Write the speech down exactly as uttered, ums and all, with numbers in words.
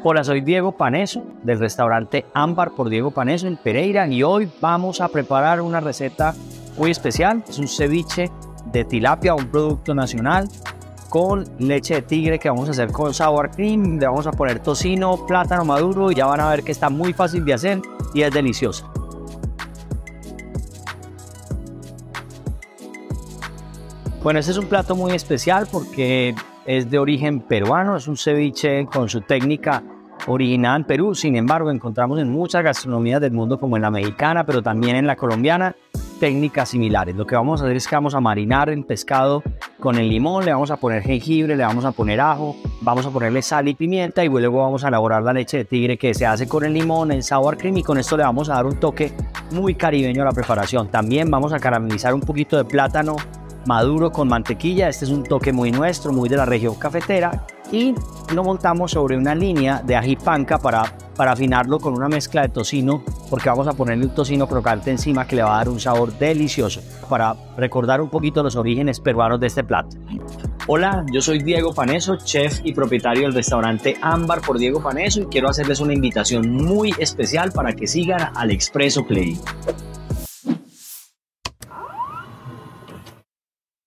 Hola, soy Diego Paneso del restaurante Ámbar por Diego Paneso en Pereira y hoy vamos a preparar una receta muy especial. Es un ceviche de tilapia, un producto nacional con leche de tigre que vamos a hacer con sour cream. Le vamos a poner tocino, plátano maduro y ya van a ver que está muy fácil de hacer y es delicioso. Bueno, este es un plato muy especial porque es de origen peruano, es un ceviche con su técnica originada en Perú. Sin embargo, encontramos en muchas gastronomías del mundo, como en la mexicana, pero también en la colombiana, técnicas similares. Lo que vamos a hacer es que vamos a marinar el pescado con el limón, le vamos a poner jengibre, le vamos a poner ajo, vamos a ponerle sal y pimienta y luego vamos a elaborar la leche de tigre que se hace con el limón, el sour cream, y con esto le vamos a dar un toque muy caribeño a la preparación. También vamos a caramelizar un poquito de plátano maduro con mantequilla. Este es un toque muy nuestro, muy de la región cafetera, y lo montamos sobre una línea de ají panca para, para afinarlo con una mezcla de tocino, porque vamos a ponerle un tocino crocante encima que le va a dar un sabor delicioso, para recordar un poquito los orígenes peruanos de este plato. Hola, yo soy Diego Paneso, chef y propietario del restaurante Ámbar por Diego Paneso, y quiero hacerles una invitación muy especial para que sigan al Expreso Play.